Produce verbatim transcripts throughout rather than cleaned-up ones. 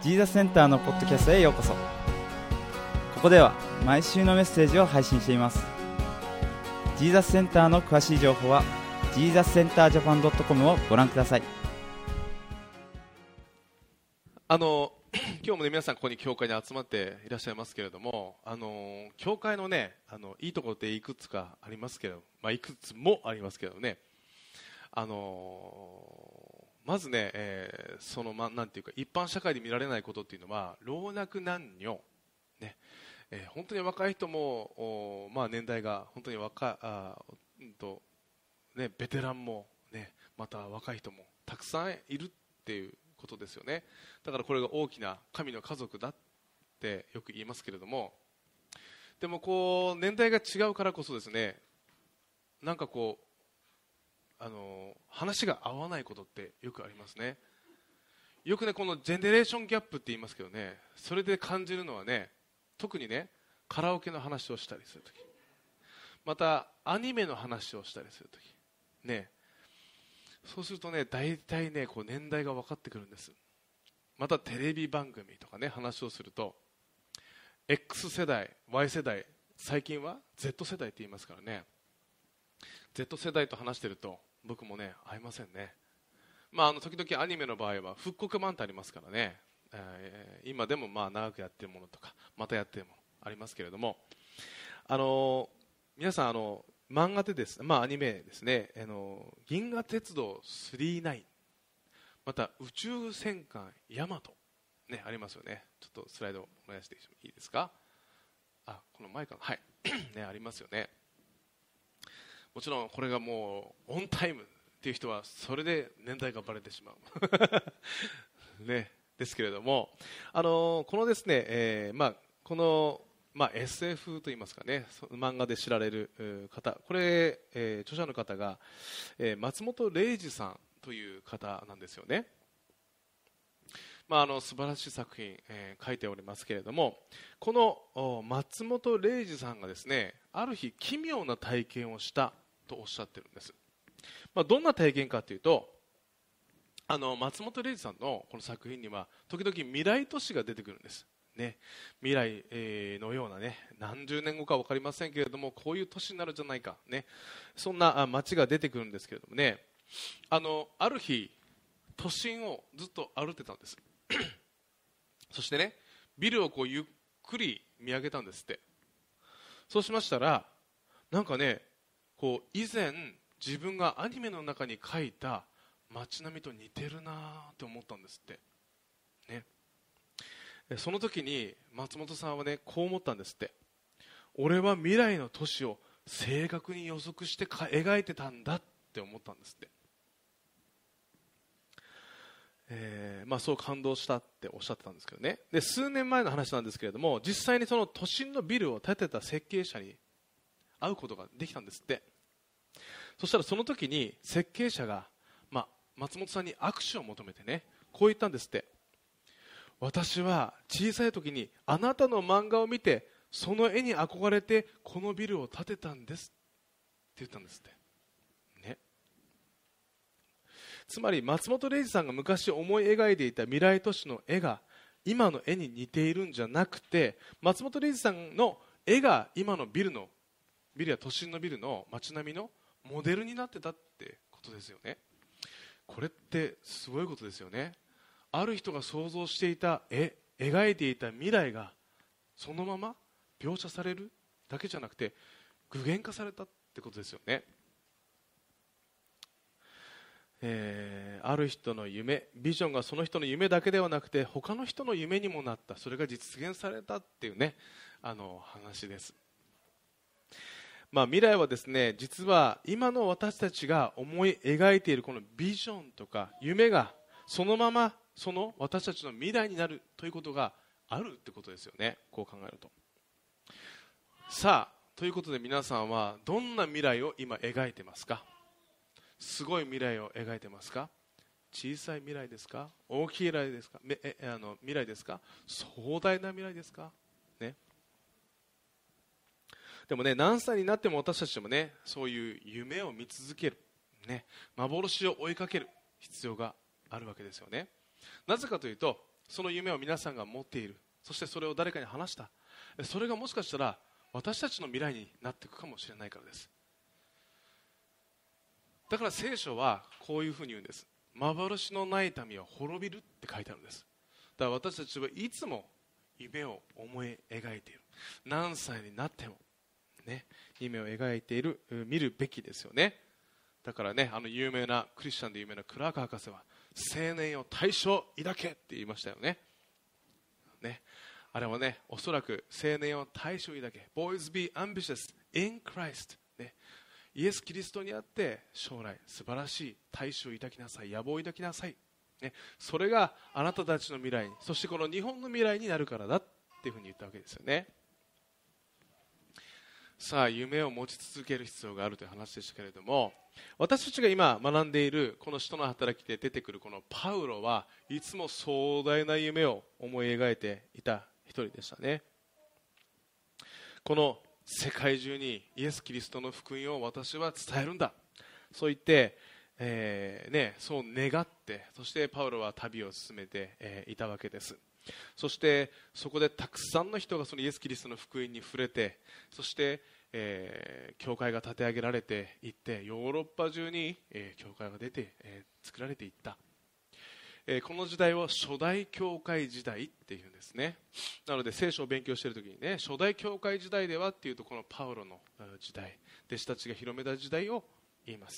ジーザスセンターのポッドキャストへようこそ。ここでは毎週のメッセージを配信しています。ジーザスセンターの詳しい情報は ジーザスセンタージャパンドットコム をご覧ください。 あの今日もね、皆さんここに教会に集まっていらっしゃいますけれども、あの教会のね、あのいいところっていくつかありますけど、まあ、いくつもありますけどね、あのまずね、えー、その、ま、なんていうか一般社会で見られないことっていうのは老若男女、ねえー、本当に若い人も、まあ、年代が本当に若いあ、うんとね、ベテランも、ね、また若い人もたくさんいるっていうことですよね。だからこれが大きな神の家族だってよく言いますけれども、でもこう年代が違うからこそですね、なんかこうあの話が合わないことってよくありますね。よくね、このジェネレーションギャップって言いますけどね、それで感じるのはね、特にね、カラオケの話をしたりするとき、またアニメの話をしたりするときね、そうするとね、大体ね、こう年代が分かってくるんです。またテレビ番組とかね、話をすると X 世代、Y 世代、最近は Z 世代って言いますからね、 Z 世代と話してると僕もね、合いませんね。まあ、あの時々アニメの場合は復刻版ってありますからね、えー、今でもまあ長くやってるものとかまたやってるものありますけれども、あのー、皆さんあの漫画でです、まあ、アニメですね、あの銀河鉄道スリーナイン、また宇宙戦艦ヤマト、ね、ありますよね。ちょっとスライドをお願いしていいですか。あ、この前から、はいね、ありますよね。もちろんこれがもうオンタイムっていう人はそれで年代がバレてしまう、ね、ですけれども、あのこのですね、えーまあ、このまあ、エスエフ といいますかね、漫画で知られる方、これ、えー、著者の方が、えー、松本零士さんという方なんですよね。まあ、あの素晴らしい作品、えー、書いておりますけれども、この松本零士さんがですね、ある日奇妙な体験をしたとおっしゃってるんです。まあ、どんな体験かというと、あの松本零士さんのこの作品には時々未来都市が出てくるんですね。未来、えー、のようなね、何十年後か分かりませんけれども、こういう年になるんじゃないか、ね、そんな街が出てくるんですけれどもね、あのある日都心をずっと歩いてたんですそしてね、ビルをこうゆっくり見上げたんですって。そうしましたら、なんかね、こう以前自分がアニメの中に描いた街並みと似てるなって思ったんですってね。その時に松本さんはね、こう思ったんですって。俺は未来の都市を正確に予測してか描いてたんだって思ったんですって、えーまあ、そう感動したっておっしゃってたんですけどね。で、数年前の話なんですけれども、実際にその都心のビルを建てた設計者に会うことができたんですって。そしたらその時に設計者が、まあ、松本さんに握手を求めてね、こう言ったんですって。私は小さい時にあなたの漫画を見て、その絵に憧れてこのビルを建てたんですって言ったんですってね。つまり松本零士さんが昔思い描いていた未来都市の絵が今の絵に似ているんじゃなくて、松本零士さんの絵が今のビルのビルや都心のビルの街並みのモデルになってたってことですよね。これってすごいことですよね。ある人が想像していた絵、描いていた未来がそのまま描写されるだけじゃなくて具現化されたってことですよね。えー、ある人の夢、ビジョンがその人の夢だけではなくて他の人の夢にもなった、それが実現されたっていうね、あの話です。まあ、未来はですね、実は今の私たちが思い描いているこのビジョンとか夢がそのままその私たちの未来になるということがあるってことですよね。こう考えると。さあ、ということで皆さんはどんな未来を今描いてますか。すごい未来を描いてますか。小さい未来ですか。大きい未来ですか。えあの未来ですか。壮大な未来ですかね。でもね、何歳になっても私たちもね、そういう夢を見続ける、ね、幻を追いかける必要があるわけですよね。なぜかというと、 その夢を皆さんが持っている。そしてそれを誰かに話した。それがもしかしたら私たちの未来になっていくかもしれないからです。だから聖書はこういうふうに言うんです。幻のない民は滅びるって書いてあるんです。だから私たちはいつも夢を思い描いている。何歳になっても、ね、夢を描いている、見るべきですよね。だからね、あの有名なクリスチャンで有名なクラーク博士は青年を大将抱けって言いましたよね。ね、あれはね、おそらく青年を大将抱け Boys be ambitious in Christ、ね、イエス・キリストにあって将来素晴らしい大将を抱きなさい、野望を抱きなさい、ね、それがあなたたちの未来に、そしてこの日本の未来になるからだっていうふうに言ったわけですよね。さあ、夢を持ち続ける必要があるという話でしたけれども、私たちが今学んでいるこの使徒の働きで出てくるこのパウロはいつも壮大な夢を思い描いていた一人でしたね。この世界中にイエス・キリストの福音を私は伝えるんだ、そう言って、えーね、そう願って、そしてパウロは旅を進めて、えー、いたわけです。そしてそこでたくさんの人がそのイエス・キリストの福音に触れて、そして、えー、教会が立て上げられていって、ヨーロッパ中に、えー、教会が出て、えー、作られていった、えー、この時代を初代教会時代っていうんですね。なので聖書を勉強しているときにね、初代教会時代ではっていうと、このパウロの時代、弟子たちが広めた時代を言います。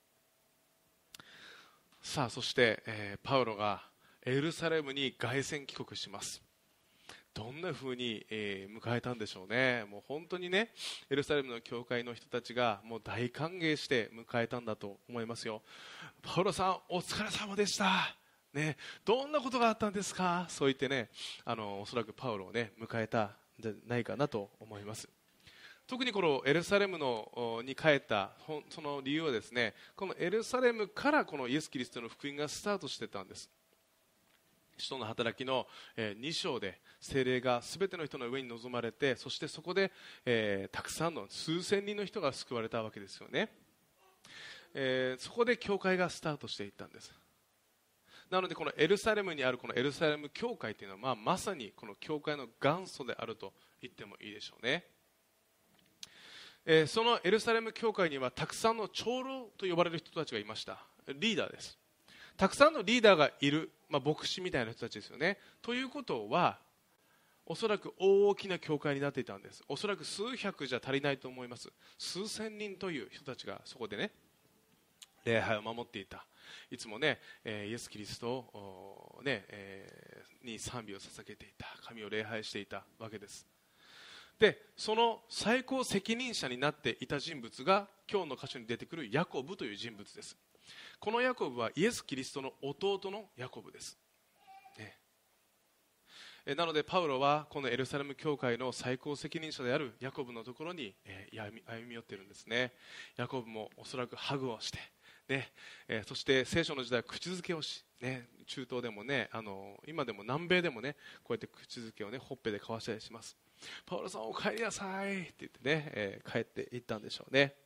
さあ、そして、えー、パウロがエルサレムに凱旋帰国します。どんな風に、えー、迎えたんでしょうね。もう本当にね、エルサレムの教会の人たちがもう大歓迎して迎えたんだと思いますよ。パウロさんお疲れ様でした、ね、どんなことがあったんですか。そう言ってね、あのおそらくパウロをね迎えたんじゃないかなと思います。特にこのエルサレムのに帰ったその理由はですね、このエルサレムからこのイエス・キリストの福音がスタートしてたんです。使徒の働きのに章で聖霊がすべての人の上に臨まれて、そしてそこで、えー、たくさんの数千人の人が救われたわけですよね。えー、そこで教会がスタートしていったんです。なのでこのエルサレムにあるこのエルサレム教会というのは、まあ、まさにこの教会の元祖であると言ってもいいでしょうね。えー、そのエルサレム教会にはたくさんの長老と呼ばれる人たちがいました。リーダーです。たくさんのリーダーがいる、まあ、牧師みたいな人たちですよね。ということはおそらく大きな教会になっていたんです。おそらく数百じゃ足りないと思います。数千人という人たちがそこでね礼拝を守っていた。いつもね、えー、イエス・キリストを、ねえー、に賛美を捧げていた、神を礼拝していたわけです。でその最高責任者になっていた人物が今日の箇所に出てくるヤコブという人物です。このヤコブはイエス・キリストの弟のヤコブです、ね、えなのでパウロはこのエルサレム教会の最高責任者であるヤコブのところに、えー、歩み、歩み寄っているんですね。ヤコブもおそらくハグをしてねえー、そして聖書の時代は口づけをし、ね、中東でもねあの今でも南米でもねこうやって口づけをねほっぺで交わしたりします。パウロさんお帰りなさいって言ってね、えー、帰っていったんでしょうね。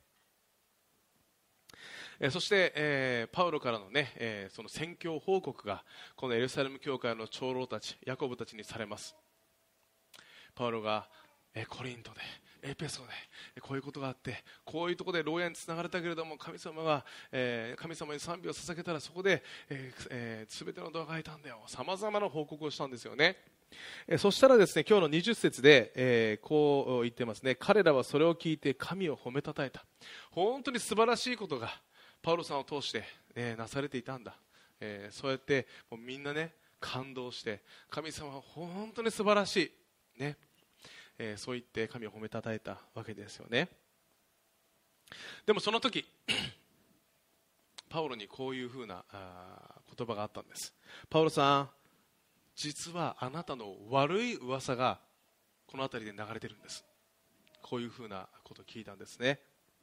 えー、そして、えー、パウロからのね、えー、その宣教報告がこのエルサレム教会の長老たちヤコブたちにされます。パウロが、えー、コリントでエペソでこういうことがあって、こういうところで牢屋につながれたけれども神様は、えー、神様に賛美を捧げたらそこで、えーえー、全てのドアが開いたんだよ、さまざまな報告をしたんですよね。えー、そしたらですね今日のにじゅっ節で、えー、こう言ってますね。彼らはそれを聞いて神を褒めたたえた。本当に素晴らしいことがパウロさんを通して、えー、なされていたんだ、えー、そうやってもうみんなね感動して神様は本当に素晴らしいね、えー、そう言って神を褒めたたえたわけですよね。でもその時パウロにこういうふうなあ言葉があったんです。パウロさん、実はあなたの悪い噂がこの辺りで流れてるんです。こういうふうなことを聞いたんですね。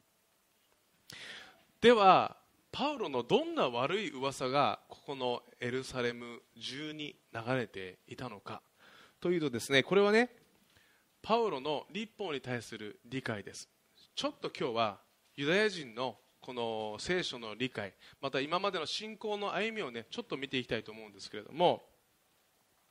ではパウロのどんな悪い噂がここのエルサレム中に流れていたのかというとですね、これはねパウロの律法に対する理解です。ちょっと今日はユダヤ人のこの聖書の理解、また今までの信仰の歩みをねちょっと見ていきたいと思うんですけれども、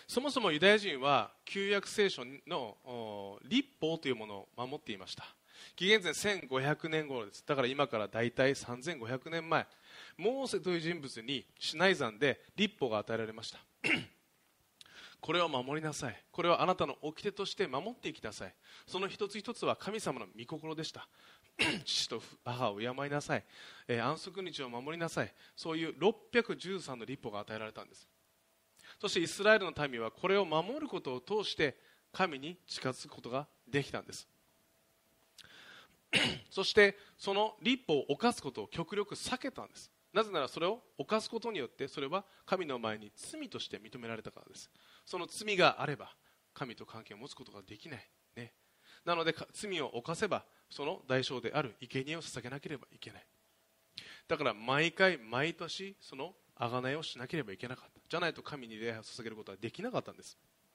そもそもユダヤ人は旧約聖書の律法というものを守っていました。紀元前せんごひゃくねん頃です。だから今からだいたいさんぜんごひゃくねんまえ、モーセという人物にシナイ山で律法が与えられましたこれを守りなさい。これはあなたの掟として守っていきなさい。その一つ一つは神様の御心でした父と母を敬いなさい、えー、安息日を守りなさい。そういうろっぴゃくじゅうさんの律法が与えられたんです。そしてイスラエルの民はこれを守ることを通して神に近づくことができたんですそしてその律法を犯すことを極力避けたんです。なぜならそれを犯すことによってそれは神の前に罪として認められたからです。その罪があれば神と関係を持つことができない、ね、なので罪を犯せばその代償である生贄を捧げなければいけない。だから毎回毎年その贖いをしなければいけなかった。じゃないと神に礼拝を捧げることはできなかったんです。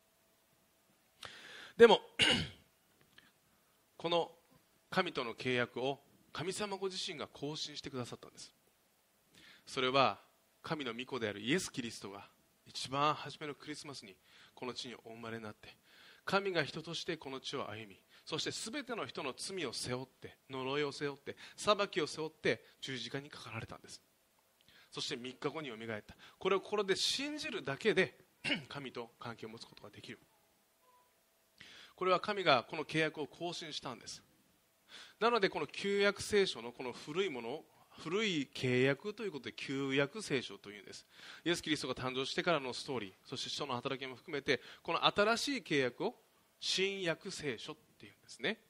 でもこの神との契約を神様ご自身が更新してくださったんです。それは神の御子であるイエス・キリストが一番初めのクリスマスにこの地にお生まれになって、神が人としてこの地を歩み、そして全ての人の罪を背負って、呪いを背負って、裁きを背負って十字架にかかられたんです。そしてみっかごによみがえった。これを心で信じるだけで神と関係を持つことができる。これは神がこの契約を更新したんです。なのでこの旧約聖書のこの古いものを古い契約ということで旧約聖書というんです。イエス・キリストが誕生してからのストーリー、そして使徒の働きも含めてこの新しい契約を新約聖書っていうんですね。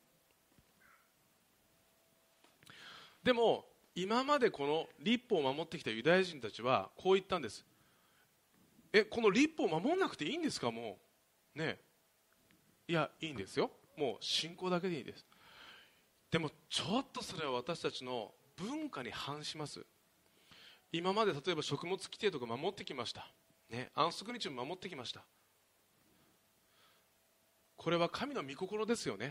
でも今までこの律法を守ってきたユダヤ人たちはこう言ったんです。え、この律法を守らなくていいんですか？もうね、いや、いいんですよ。もう信仰だけでいいです。でもちょっとそれは私たちの文化に反します。今まで例えば食物規定とか守ってきました、ね、安息日も守ってきました。これは神の御心ですよね。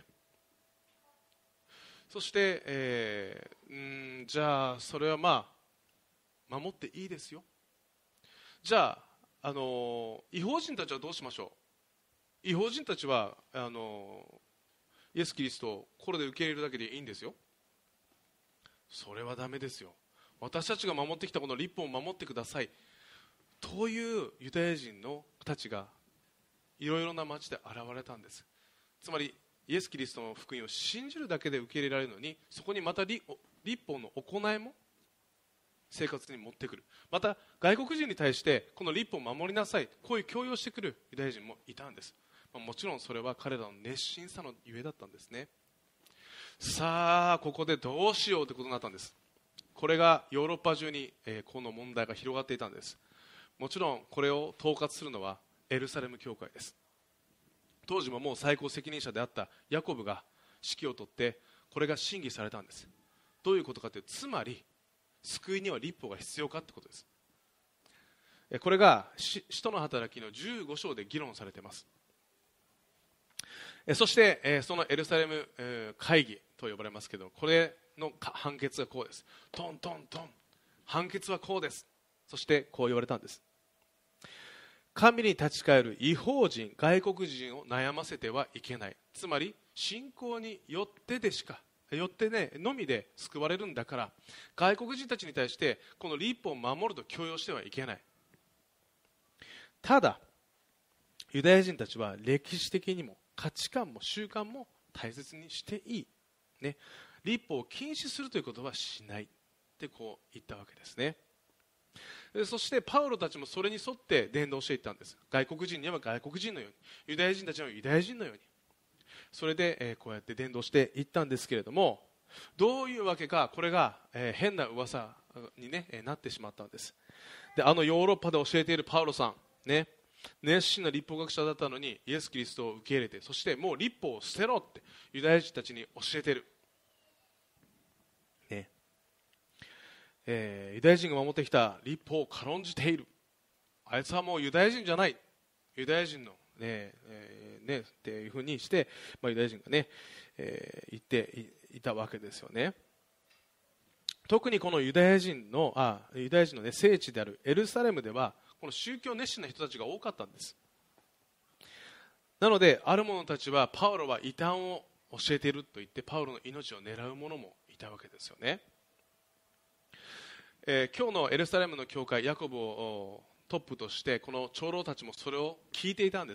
そして、えー、うんじゃあそれはまあ守っていいですよ。じゃあ、あのー、異邦人たちはどうしましょう。異邦人たちはあのー、イエス・キリストを心で受け入れるだけでいいんですよ。それはダメですよ。私たちが守ってきたこの律法を守ってくださいというユダヤ人のたちがいろいろな町で現れたんです。つまりイエス・キリストの福音を信じるだけで受け入れられるのに、そこにまた律法の行いも生活に持ってくる。また外国人に対してこの律法を守りなさい、こういう強要してくるユダヤ人もいたんです。もちろんそれは彼らの熱心さのゆえだったんですね。さあここでどうしようということになったんです。これがヨーロッパ中に、えー、この問題が広がっていたんです。もちろんこれを統括するのはエルサレム教会です。当時ももう最高責任者であったヤコブが指揮を執ってこれが審議されたんです。どういうことかというと、つまり救いには律法が必要かということです。これが使徒の働きのじゅうご章で議論されています。そしてそのエルサレム会議と呼ばれますけど、これの判決はこうです。トントントン、判決はこうです。そしてこう言われたんです。神に立ち返る異邦人、外国人を悩ませてはいけない。つまり信仰によってでしかよってねのみで救われるんだから、外国人たちに対してこの律法を守ると強要してはいけない。ただユダヤ人たちは歴史的にも価値観も習慣も大切にしていい、ね、律法を禁止するということはしないってこう言ったわけですね。でそしてパウロたちもそれに沿って伝道していったんです。外国人には外国人のように、ユダヤ人たちにはユダヤ人のように、それで、えー、こうやって伝道していったんですけれども、どういうわけかこれが、えー、変な噂に、ね、なってしまったんです。であのヨーロッパで教えているパウロさん、ね、熱心な律法学者だったのにイエス・キリストを受け入れて、そしてもう律法を捨てろってユダヤ人たちに教えている、ねえー、ユダヤ人が守ってきた律法を軽んじている。あいつはもうユダヤ人じゃない、ユダヤ人の、ねえーね、っていうふうにして、まあ、ユダヤ人が、ねえー、言っていたわけですよね。特にこのユダヤ人のあユダヤ人の、ね、聖地であるエルサレムではこの宗教熱心な人たちが多かったんです。 なのである者たちはパウロは異端を教えていると言ってパウロの命を狙う者もいたわけですよね。えー、今日のエルサレムの教会、ヤコブをトップとしてこの長老たちもそれを聞いていたんです。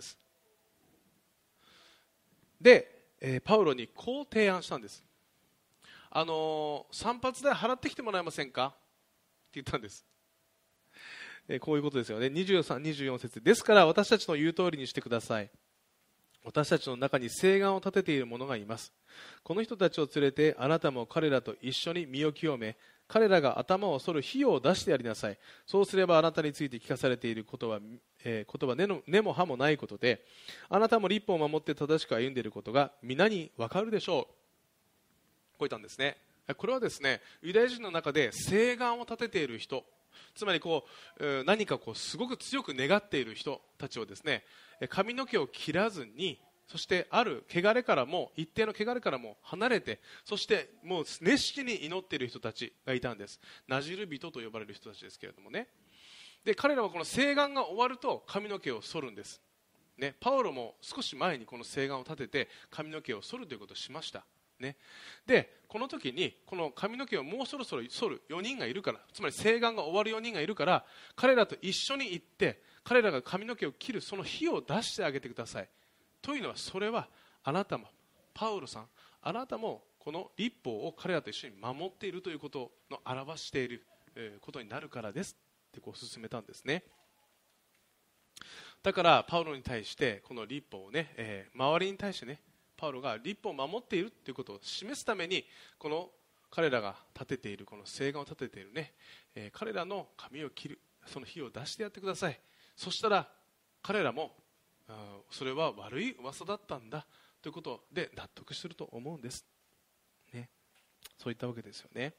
で、えー、パウロにこう提案したんです。あのー、散髪代払ってきてもらえませんかって言ったんです。えー、こういうことですよね。にじゅうさん、にじゅうよん節ですから私たちの言う通りにしてください。私たちの中に誓願を立てている者がいます。この人たちを連れてあなたも彼らと一緒に身を清め、彼らが頭を剃る費用を出してやりなさい。そうすればあなたについて聞かされていることは、えー、言葉根の根も葉もないことで、あなたも律法を守って正しく歩んでいることが皆に分かるでしょう。こう言ったんですね。これはですね、ユダヤ人の中で誓願を立てている人、つまりこう何かこうすごく強く願っている人たちをですね、髪の毛を切らずに、そしてある汚れからも一定の汚れからも離れて、そしてもう熱心に祈っている人たちがいたんです。ナジル人と呼ばれる人たちですけれどもね。で彼らはこの誓願が終わると髪の毛を剃るんです、ね、パウロも少し前にこの誓願を立てて髪の毛を剃るということをしました、ね、でこの時にこの髪の毛をもうそろそろ剃るよにんがいるから、つまり誓願が終わるよにんがいるから、彼らと一緒に行って彼らが髪の毛を切るその日を出してあげてください。というのは、それはあなたもパウロさん、あなたもこの律法を彼らと一緒に守っているということの表していることになるからですってこう進めたんですね。だからパウロに対してこの律法をね、えー、周りに対してね、パウロが律法を守っているということを示すために、この彼らが立てているこの誓願を立てているね、えー、彼らの髪を切るその日を出してやってください。そしたら彼らもそれは悪い噂だったんだということで納得すると思うんです、ね、そういったわけですよね。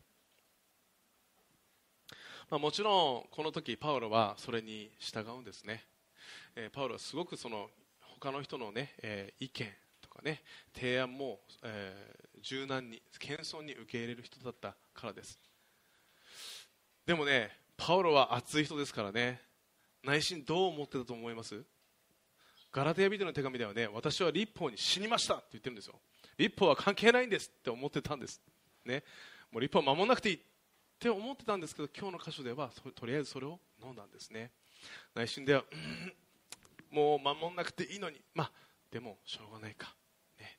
まあ、もちろんこの時パウロはそれに従うんですね、えー、パウロはすごくその他の人の、ねえー、意見とかね提案も、えー、柔軟に謙遜に受け入れる人だったからです。でもね、パウロは熱い人ですからね、内心どう思ってたと思います？ガラテヤ人の手紙ではね、私は律法に死にましたって言ってるんですよ。律法は関係ないんですって思ってたんです、ね、もう律法を守らなくていいって思ってたんですけど、今日の箇所ではとりあえずそれを飲んだんですね。内心では、うん、もう守らなくていいのに、まあでもしょうがないか、ね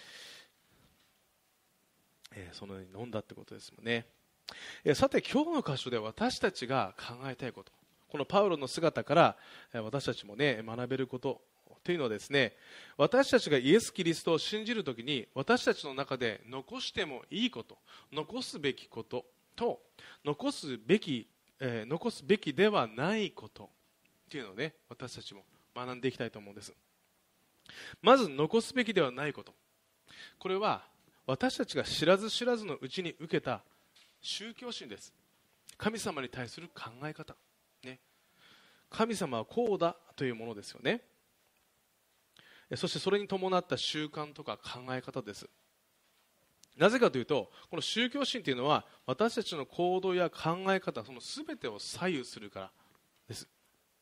えー、そのように飲んだってことですもんね。えー、さて今日の箇所で私たちが考えたいこと、このパウロの姿から私たちもね学べることというのはですね、私たちがイエス・キリストを信じるときに私たちの中で残してもいいこと、残すべきことと残すべき、えー、残すべきではないことというのをね、私たちも学んでいきたいと思うんです。まず残すべきではないこと、これは私たちが知らず知らずのうちに受けた宗教心です。神様に対する考え方、ね、神様はこうだというものですよね。そしてそれに伴った習慣とか考え方です。なぜかというと、この宗教心というのは私たちの行動や考え方、その全てを左右するからです。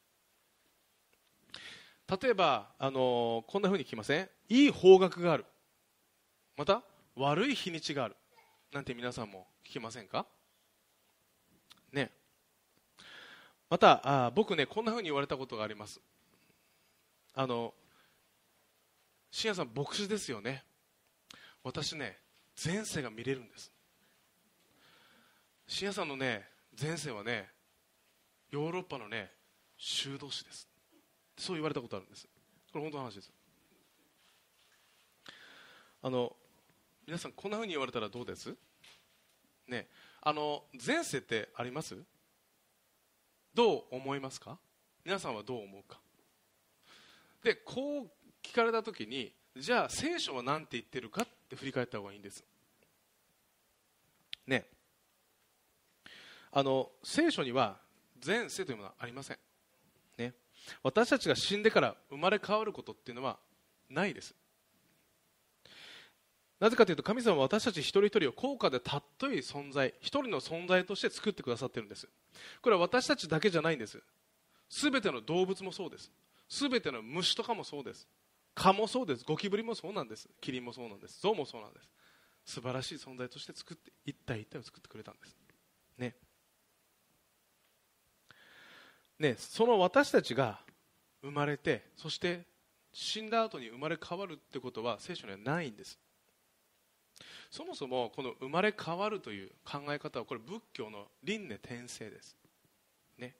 例えば、あのこんな風に聞きません？いい方角がある、また悪い日にちがあるなんて皆さんも聞きませんかね。またあ僕ね、こんな風に言われたことがあります。あの信也さん牧師ですよね。私ね、前世が見れるんです。信也さんのね前世はね、ヨーロッパのね修道士です。そう言われたことあるんです。これ本当の話です。あの皆さんこんな風に言われたらどうですね。あの前世ってあります？どう思いますか？皆さんはどう思うか。でこう聞かれたときに、じゃあ聖書は何て言ってるかって振り返った方がいいんですね。あの聖書には前世というものはありません、ね、私たちが死んでから生まれ変わることっていうのはないです。なぜかというと、神様は私たち一人一人を高価で尊い存在、一人の存在として作ってくださっているんです。これは私たちだけじゃないんです。すべての動物もそうです。すべての虫とかもそうです蚊もそうです。ゴキブリもそうなんです。キリンもそうなんです。象もそうなんです。素晴らしい存在として作って一体一体を作ってくれたんですね。ね、その私たちが生まれて、そして死んだ後に生まれ変わるってことは聖書にはないんです。そもそもこの生まれ変わるという考え方はこれ仏教の輪廻転生ですね。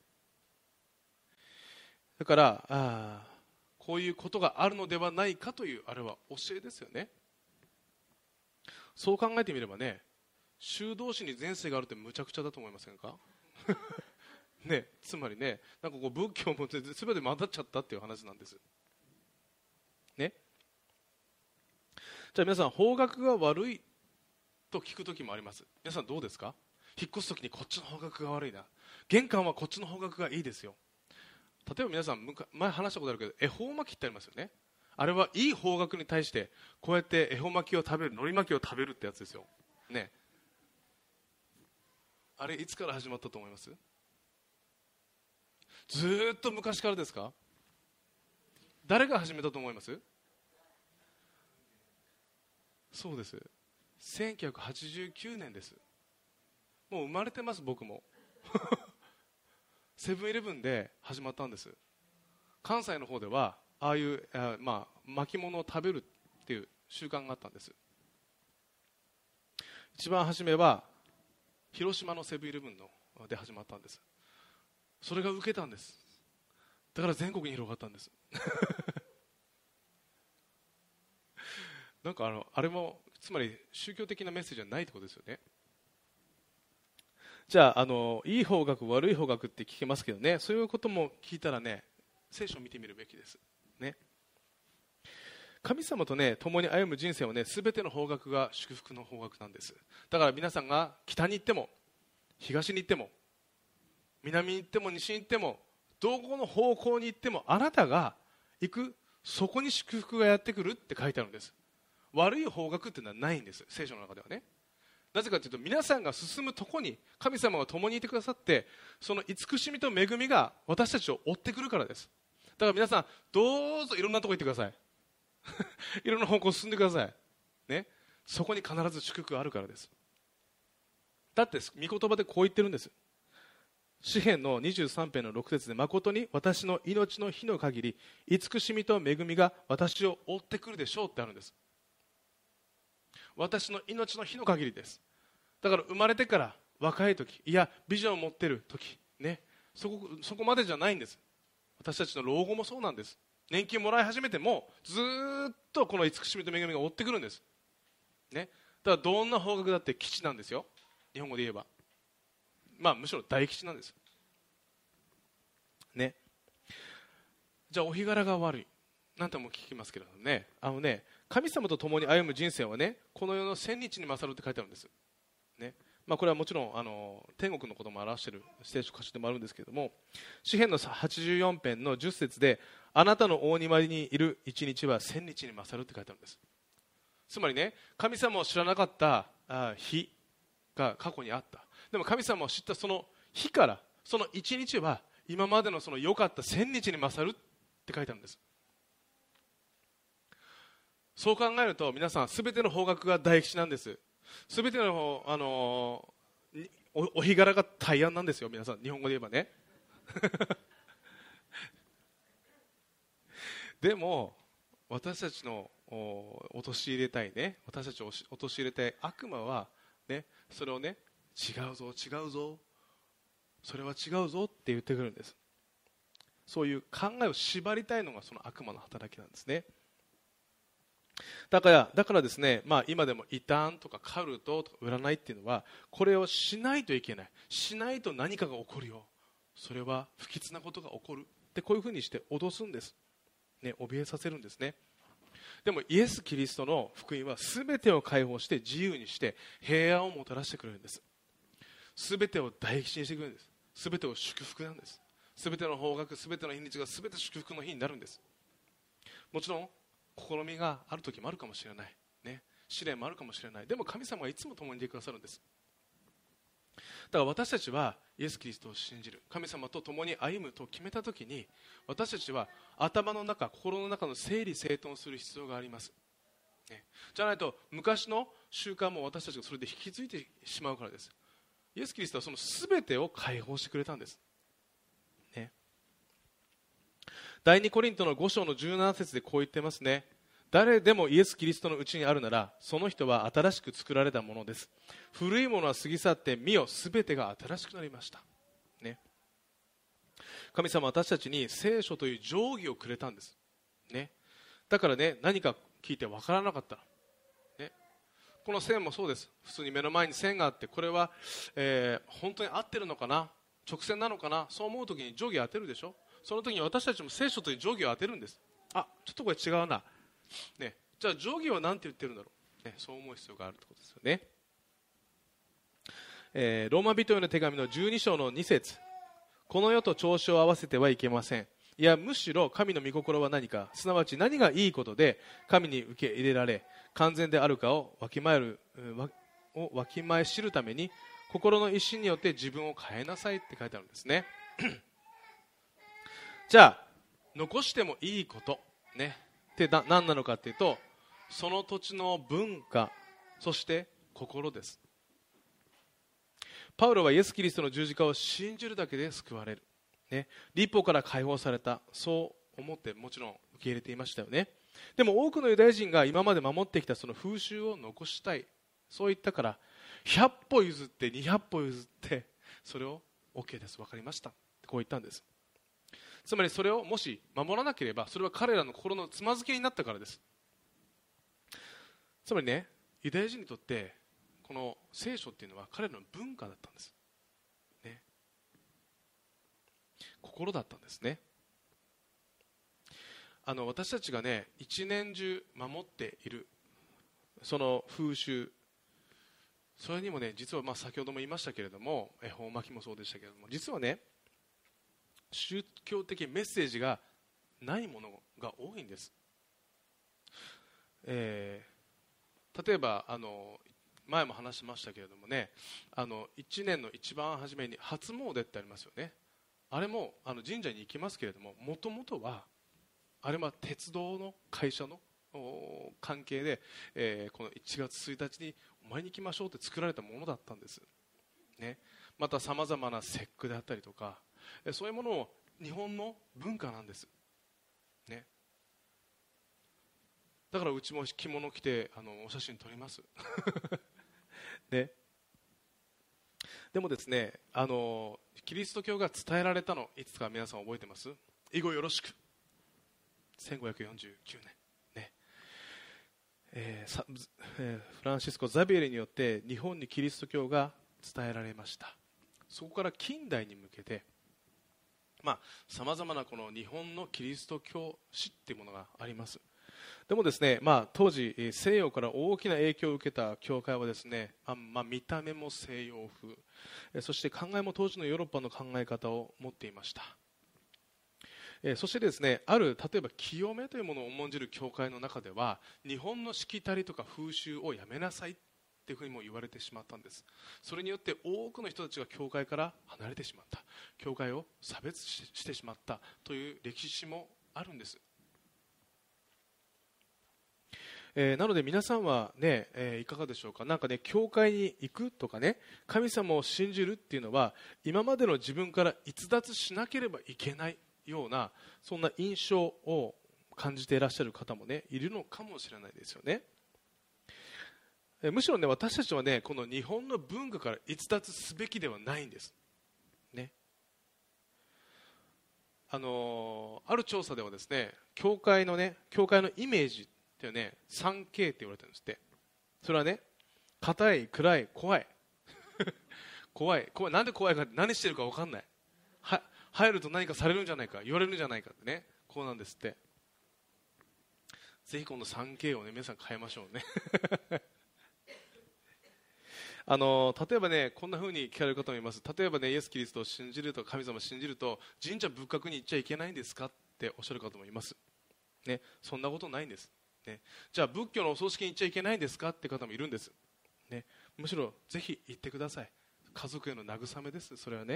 だからあこういうことがあるのではないかというあれは教えですよね。そう考えてみればね、修道士に前世があるってむちゃくちゃだと思いませんかね、つまりね、なんかこう仏教も全て混ざっちゃったっていう話なんですね。じゃあ皆さん、方角が悪いと聞くときもあります。皆さんどうですか？引っ越すときにこっちの方角が悪いな、玄関はこっちの方角がいいですよ。例えば皆さん前話したことあるけど、恵方巻きってありますよね。あれはいい方角に対してこうやって恵方巻きを食べる、海苔巻きを食べるってやつですよね。あれいつから始まったと思います？ずーっと昔からですか？誰が始めたと思います？そうです、せんきゅうひゃくはちじゅうきゅうねんです。もう生まれてます、僕もセブンイレブンで始まったんです。関西の方ではああいうあ、まあ、巻物を食べるっていう習慣があったんです。一番初めは広島のセブンイレブンので始まったんです。それが受けたんです。だから全国に広がったんですなんかあのあれもつまり宗教的なメッセージはないってことですよね。じゃあ、あのいい方角悪い方角って聞けますけどね、そういうことも聞いたらね、聖書を見てみるべきですね。神様とね共に歩む人生はね、全ての方角が祝福の方角なんです。だから皆さんが北に行っても東に行っても南に行っても西に行ってもどこの方向に行っても、あなたが行くそこに祝福がやってくるって書いてあるんです。悪い方角っていうのはないんです、聖書の中ではね。なぜかというと、皆さんが進むとこに神様が共にいてくださって、その慈しみと恵みが私たちを追ってくるからです。だから皆さんどうぞいろんなとこ行ってくださいいろんな方向進んでください、ね、そこに必ず祝福があるからです。だって御言葉でこう言ってるんです。詩編のにじゅうさん編のろく節で、誠に私の命の日の限り慈しみと恵みが私を追ってくるでしょうってあるんです。私の命の日の限りです。だから生まれてから若い時、いやビジョンを持っている時、ね、そこ、そこまでじゃないんです。私たちの老後もそうなんです。年金もらい始めてもずっとこの慈しみと恵みが追ってくるんです、ね、だからどんな方角だって基地なんですよ、日本語で言えば。まあむしろ大吉なんです、ね、じゃあお日柄が悪いなんても聞きますけれどもね、あのね、神様と共に歩む人生はね、この世の千日に勝るって書いてあるんです、ね。まあ、これはもちろんあの天国のことも表している聖書箇所でもあるんですけれども、詩編のはちじゅうよん編のじゅっ節で、あなたの大庭にいる一日は千日に勝るって書いてあるんです。つまりね、神様を知らなかったあ日が過去にあった。でも神様を知ったその日から、その一日は今までのその良かった千日に勝るって書いてあるんです。そう考えると皆さん、すべての方角が大吉なんです。すべての、あのー、お, お日柄が大安なんですよ、皆さん、日本語で言えばねでも私たちの陥れたいね、私たちを陥れたい悪魔は、ね、それをね、違うぞ違うぞ、それは違うぞって言ってくるんです。そういう考えを縛りたいのがその悪魔の働きなんですね。だからだからですね、まあ、今でも異端とかカルトとか占いっていうのは、これをしないといけない、しないと何かが起こるよ、それは不吉なことが起こるってこういうふうにして脅すんです、ね、怯えさせるんですね。でもイエス・キリストの福音は全てを解放して自由にして平安をもたらしてくれるんです。全てを大吉にしてくれるんです。全てを祝福なんです。全ての方角、全ての日にちが全て祝福の日になるんです。もちろん試みがある時もあるかもしれない、ね、試練もあるかもしれない。でも神様はいつも共にいてくださるんです。 から私たちはイエス・キリストを信じる、神様と共に歩むと決めたときに、私たちは頭の中、心の中の整理整頓をする必要があります、ね、じゃないと昔の習慣も私たちがそれで引き継いでしまうからです。イエス・キリストはその全てを解放してくれたんです、ね、第二コリントのご章のじゅうなな節でこう言ってますね。誰でもイエス・キリストのうちにあるなら、その人は新しく作られたものです。古いものは過ぎ去って、見よ、すべてが新しくなりました、ね、神様は私たちに聖書という定規をくれたんです、ね、だからね、何か聞いて分からなかったら、ね、この線もそうです。普通に目の前に線があって、これは、えー、本当に合ってるのかな、直線なのかな、そう思うときに定規を当てるでしょ。その時に私たちも聖書という定規を当てるんです。あ、ちょっとこれ違うな、ね、じゃあ定規は何て言ってるんだろう、ね、そう思う必要があるということですよね。えー、ローマ人への手紙のじゅうに章のに節、この世と調子を合わせてはいけません。いや、むしろ神の御心は何か、すなわち何がいいことで神に受け入れられ完全であるかをわきまえるをわきまえ知るために、心の一心によって自分を変えなさいって書いてあるんですねじゃあ残してもいいことねって何なのかというと、その土地の文化、そして心です。パウロはイエス・キリストの十字架を信じるだけで救われる、ね、律法から解放された、そう思ってもちろん受け入れていましたよね。でも多くのユダヤ人が今まで守ってきたその風習を残したい、そう言ったからひゃっぽ譲ってにひゃっぽ譲ってそれを OK です、分かりましたってこう言ったんです。つまりそれをもし守らなければ、それは彼らの心のつまずきになったからです。つまりね、ユダヤ人にとってこの聖書っていうのは彼らの文化だったんです、ね、心だったんですね。あの私たちがね、一年中守っているその風習、それにもね、実はまあ先ほども言いましたけれども、恵方巻きもそうでしたけれども、実はね、宗教的メッセージがないものが多いんです、えー、例えばあの前も話しましたけれどもね、あのいちねんの一番初めに初詣ってありますよね。あれもあの神社に行きますけれども、もともとはあれは鉄道の会社の関係で、えー、このいちがつついたちにお参りに行きましょうって作られたものだったんです、ね、またさまざまな節句であったりとか、そういうものを日本の文化なんです、ね、だからうちも着物着てあのお写真撮りますね、でもですね、あのキリスト教が伝えられたのいつか皆さん覚えてます？以後よろしくせんごひゃくよんじゅうきゅうねん、ねえーさえー、フランシスコ・ザビエルによって日本にキリスト教が伝えられました。そこから近代に向けてさまざ、まなこの日本のキリスト教史というものがあります。でもですね、まあ、当時西洋から大きな影響を受けた教会はですね、まあまあ、見た目も西洋風、そして考えも当時のヨーロッパの考え方を持っていました。そしてですね、ある例えば清めというものを重んじる教会の中では、日本のしきたりとか風習をやめなさいというふうにも言われてしまったんです。それによって多くの人たちが教会から離れてしまった、教会を差別してしまったという歴史もあるんです。えー、なので皆さんはね、えー、いかがでしょうか。なんかね、教会に行くとかね、神様を信じるっていうのは今までの自分から逸脱しなければいけないような、そんな印象を感じていらっしゃる方もね、いるのかもしれないですよね。えー、むしろね、私たちはね、この日本の文化から逸脱すべきではないんですね。あのー、ある調査ではですね、教会のね、教会のイメージっていうね、 スリーケー って言われてるんですって。それはね、硬い、暗い、怖い怖い、怖い、なんで怖いかって、何してるか分かんない、は入ると何かされるんじゃないか、言われるんじゃないかってね、こうなんですって。ぜひこの スリーケー をね、皆さん変えましょうねあの例えばね、こんな風に聞かれる方もいます。例えばね、イエス・キリストを信じるとか神様を信じると神社仏閣に行っちゃいけないんですかっておっしゃる方もいます、ね、そんなことないんです、ね、じゃあ仏教のお葬式に行っちゃいけないんですかって方もいるんです、ね、むしろぜひ行ってください。 家族への慰めです。それはね、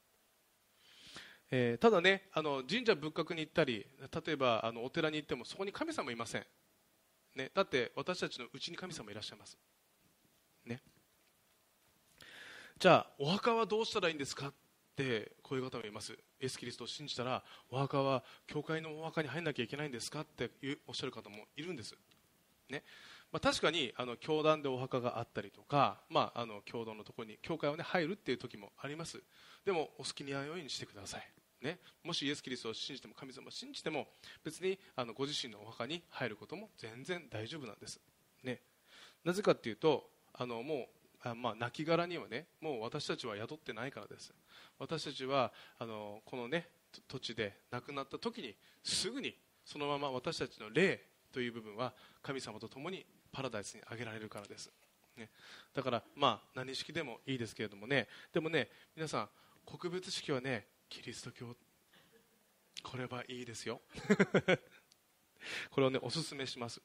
えー、ただね、あの神社仏閣に行ったり、例えばあのお寺に行ってもそこに神様いません、ね、だって私たちのうちに神様いらっしゃいます、ね、じゃあお墓はどうしたらいいんですかってこういう方もいます。イエス・キリストを信じたらお墓は教会のお墓に入んなきゃいけないんですかっておっしゃる方もいるんです、ね。まあ、確かにあの教団でお墓があったりとか、まあ、あの教堂のところに教会を、ね、入るっていう時もあります。でもお好きになるようにしてください、ね、もしイエス・キリストを信じても神様を信じても別にあのご自身のお墓に入ることも全然大丈夫なんです、ね。なぜかっていうとあのもうあ、まあ、亡きにはねもう私たちは宿ってないからです。私たちはあのこの、ね、土地で亡くなった時にすぐにそのまま私たちの霊という部分は神様と共にパラダイスにあげられるからです、ね。だからまあ何式でもいいですけれどもね、でもね皆さん告別式はねキリスト教これはいいですよこれをねおすすめします。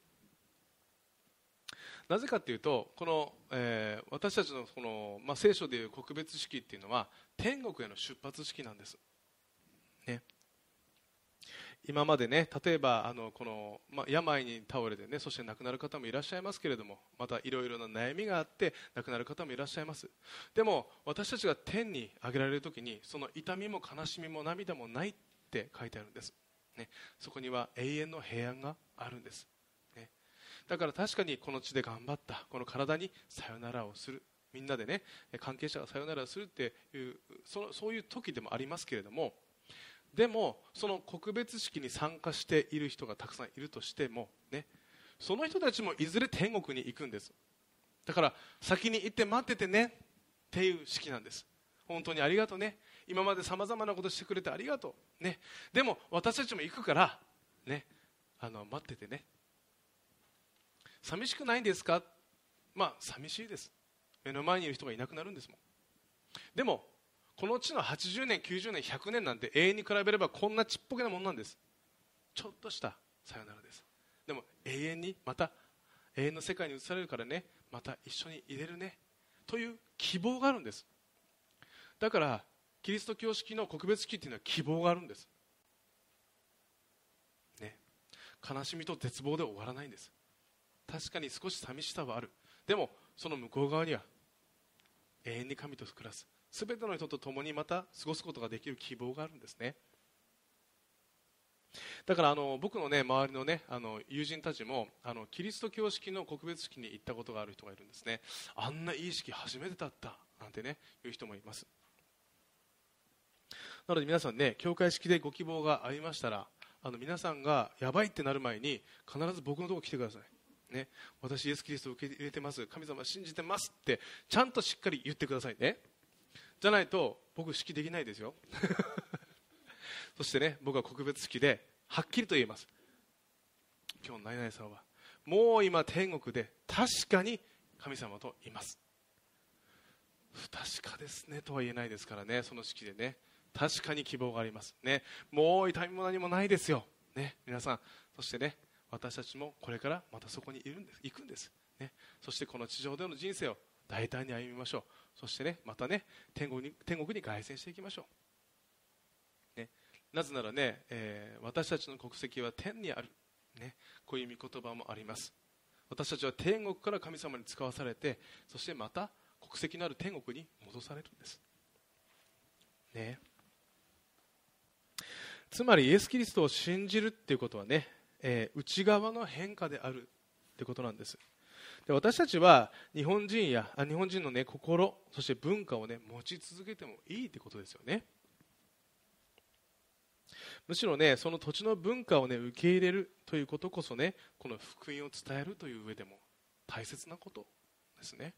なぜかというとこの、えー、私たちのこの、まあ、聖書でいう告別式っていうのは天国への出発式なんです、ね。今までね例えばあのこの、まあ、病に倒れてねそして亡くなる方もいらっしゃいますけれども、またいろいろな悩みがあって亡くなる方もいらっしゃいます。でも私たちが天に上げられるときにその痛みも悲しみも涙もないって書いてあるんです、ね。そこには永遠の平安があるんです、ね。だから確かにこの地で頑張ったこの体にさよならをする、みんなでね関係者がさよならをするっていうそのそういう時でもありますけれども、でもその告別式に参加している人がたくさんいるとしても、ね、その人たちもいずれ天国に行くんです。だから先に行って待っててねっていう式なんです。本当にありがとうね、今までさまざまなことしてくれてありがとう、ね、でも私たちも行くから、ね、あの待っててね。寂しくないんですか。まあ寂しいです。目の前にいる人がいなくなるんですもん。でもこの地のはちじゅうねんきゅうじゅうねんひゃくねんなんて永遠に比べればこんなちっぽけなものなんです。ちょっとしたさよならです。でも永遠にまた永遠の世界に移されるからね、また一緒に入れるねという希望があるんです。だからキリスト教式の告別式っていうのは希望があるんです、ね。悲しみと絶望で終わらないんです。確かに少し寂しさはある。でもその向こう側には永遠に神と暮らすすべての人と共にまた過ごすことができる希望があるんですね。だからあの僕の、ね、周りの、ね、あの友人たちもあのキリスト教式の告別式に行ったことがある人がいるんですね。あんないい式初めてだったなんてねいう人もいます。なので皆さんね教会式でご希望がありましたら、あの皆さんがやばいってなる前に必ず僕のところ来てください、ね。私イエス・キリストを受け入れてます、神様信じてますってちゃんとしっかり言ってくださいね。じゃないと僕式できないですよそしてね僕は告別式ではっきりと言います。今日の何々さんはもう今天国で確かに神様といます。不確かですねとは言えないですからね。その式でね確かに希望がありますね。もう痛みも何もないですよ、ね、皆さん。そしてね私たちもこれからまたそこにいるんです行くんです、ね。そしてこの地上での人生を大胆に歩みましょう。そしてねまたね天国に天国に凱旋していきましょう、ね。なぜならね、えー、私たちの国籍は天にある、ね、こういう御言葉もあります。私たちは天国から神様に使わされて、そしてまた国籍のある天国に戻されるんです、ね。つまりイエス・キリストを信じるっていうことはね、えー、内側の変化であるってことなんです。で私たちは日本人やあ日本人の、ね、心そして文化を、ね、持ち続けてもいいってことですよね。むしろねその土地の文化を、ね、受け入れるということこそねこの福音を伝えるという上でも大切なことですね。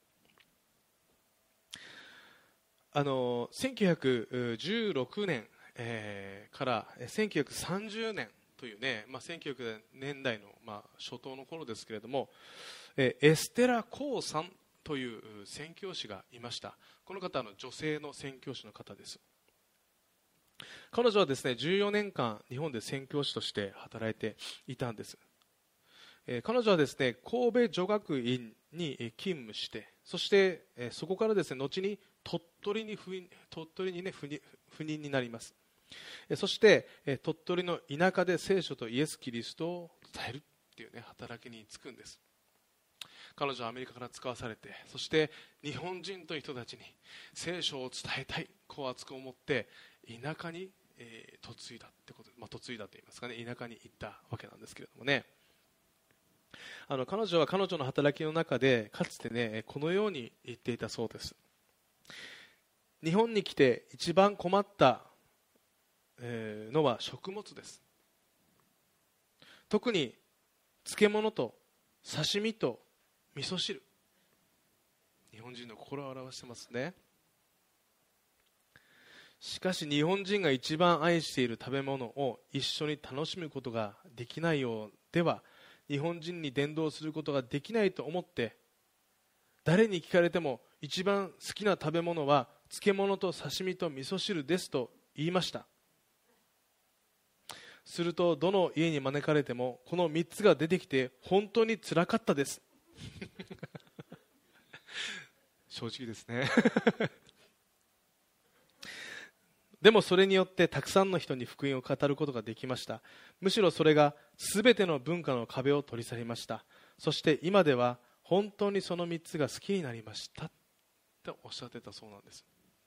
あのせんきゅうひゃくじゅうろくねん、えー、からせんきゅうひゃくさんじゅうねんというね、まあ、せんきゅうひゃくねんだいの、まあ、初頭の頃ですけれども、えー、エステラ・コーさんという宣教師がいました。この方は女性の宣教師の方です。彼女はですねじゅうよねんかん日本で宣教師として働いていたんです。えー、彼女はですね神戸女学院に勤務して、そして、えー、そこからですね後に鳥取に赴任、鳥取に、ね、赴任、赴任になります。そして鳥取の田舎で聖書とイエス・キリストを伝えるっていう、ね、働きに就くんです。彼女はアメリカから使わされて、そして日本人という人たちに聖書を伝えたい、こう熱く思って田舎に、えー、嫁いだってこと、まあ、嫁いだと言いますかね、田舎に行ったわけなんですけれどもね、あの彼女は彼女の働きの中でかつてね、このように言っていたそうです。日本に来て一番困った、えー、のは食物です。特に漬物と刺身と味噌汁、日本人の心を表してますね。しかし日本人が一番愛している食べ物を一緒に楽しむことができないようでは、日本人に伝道することができないと思って、誰に聞かれても一番好きな食べ物は漬物と刺身と味噌汁ですと言いました。するとどの家に招かれてもこのみっつが出てきて本当につらかったです正直ですねでもそれによってたくさんの人に福音を語ることができました。むしろそれが全ての文化の壁を取り去りました。そして今では本当にそのみっつが好きになりましたとおっしゃってたそうなんです、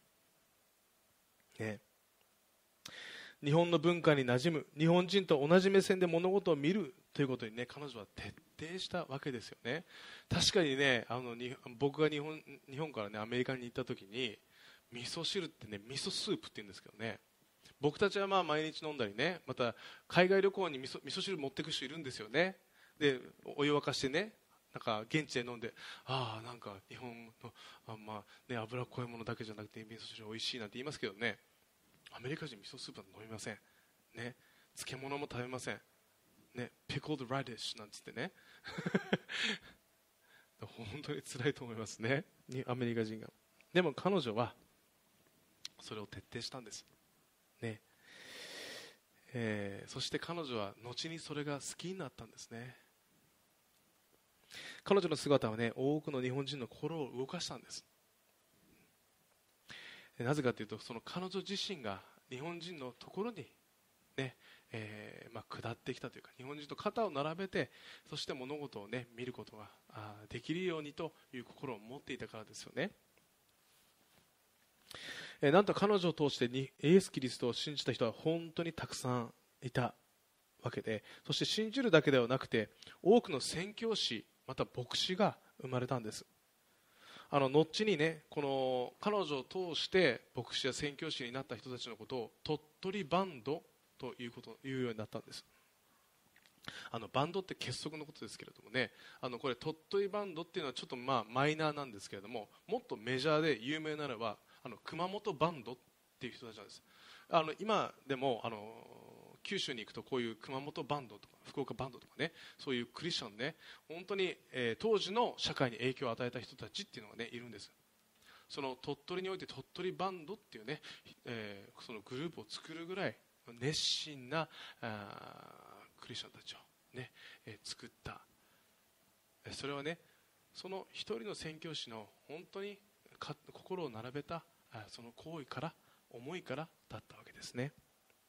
ね、日本の文化に馴染む、日本人と同じ目線で物事を見るということにね、彼女は徹底したわけですよね。確かにね、あのに僕が日本、日本からねアメリカに行った時に味噌汁ってね、味噌スープって言うんですけどね、僕たちはまあ毎日飲んだりね、また海外旅行に味噌、味噌汁持っていく人いるんですよね。でお湯沸かしてね、なんか現地で飲んで、ああなんか日本のあ、まあね、脂っこいものだけじゃなくて味噌汁美味しいなんて言いますけどね、アメリカ人味噌スープは飲みません、ね、漬物も食べません、ね、pickled radish なんつってね本当に辛いと思いますね、アメリカ人が。でも彼女はそれを徹底したんです、ねえー、そして彼女は後にそれが好きになったんですね。彼女の姿はね、多くの日本人の心を動かしたんです。なぜかというと、その彼女自身が日本人のところに、ねえーまあ、下ってきたというか、日本人と肩を並べて、そして物事を、ね、見ることがあできるようにという心を持っていたからですよね。えー、なんと彼女を通してにイエス・キリストを信じた人は本当にたくさんいたわけで、そして信じるだけではなくて、多くの宣教師また牧師が生まれたんです。あの後にね、この彼女を通して牧師や宣教師になった人たちのことを鳥取バンドということ言うようになったんです。あのバンドって結束のことですけれどもね、あのこれ鳥取バンドっていうのはちょっとまあマイナーなんですけれども、もっとメジャーで有名なのはあの熊本バンドっていう人たちなんです。あの今でもあの九州に行くとこういう熊本バンドとか福岡バンドとかね、そういうクリスチャンね、本当に、えー、当時の社会に影響を与えた人たちっていうのがねいるんです。その鳥取において鳥取バンドっていうね、えー、そのグループを作るぐらい熱心なあクリスチャンたちをね、えー、作った。それはね、その一人の宣教師の本当にか心を並べたその行為から思いからだったわけですね。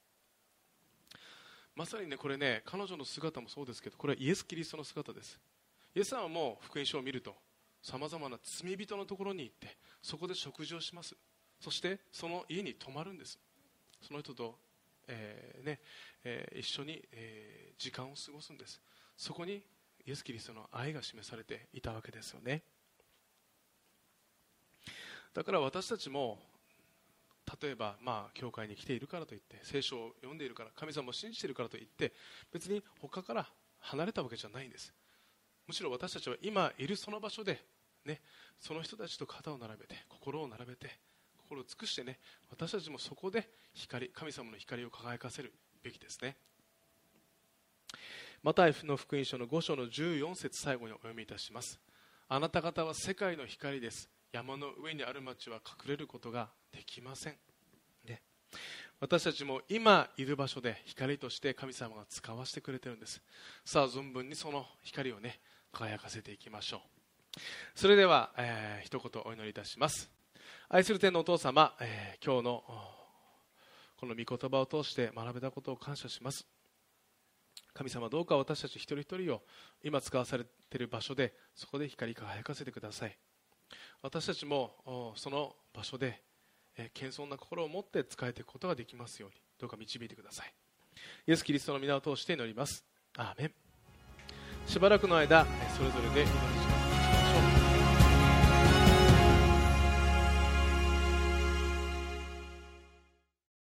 まさにね、これね、彼女の姿もそうですけど、これはイエス・キリストの姿です。イエスさんはもう福音書を見るとさまざまな罪人のところに行ってそこで食事をします。そしてその家に泊まるんです。その人と、えーねえー、一緒に、えー、時間を過ごすんです。そこにイエス・キリストの愛が示されていたわけですよね。だから私たちも例えば、まあ、教会に来ているからといって聖書を読んでいるから神様を信じているからといって別に他から離れたわけじゃないんです。むしろ私たちは今いるその場所で、ね、その人たちと肩を並べて心を並べて心を尽くしてね、私たちもそこで光、神様の光を輝かせるべきですね。マタイの福音書のご章のじゅうよん節最後にお読みいたします。あなた方は世界の光です。山の上にある町は隠れることができません、ね、私たちも今いる場所で光として神様が使わせてくれているんです。さあ存分にその光をね輝かせていきましょう。それでは、えー、一言お祈りいたします。 愛する天のお父様、えー、今日のこの御言葉を通して学べたことを感謝します。神様、どうか私たち一人一人を今使わされている場所で、そこで光り輝かせてください。私たちもその場所で、えー、謙遜な心を持って仕えていくことができますように、どうか導いてください。イエス・キリストの皆を通して祈ります。アーメン。しばらくの間それぞれで祈りします。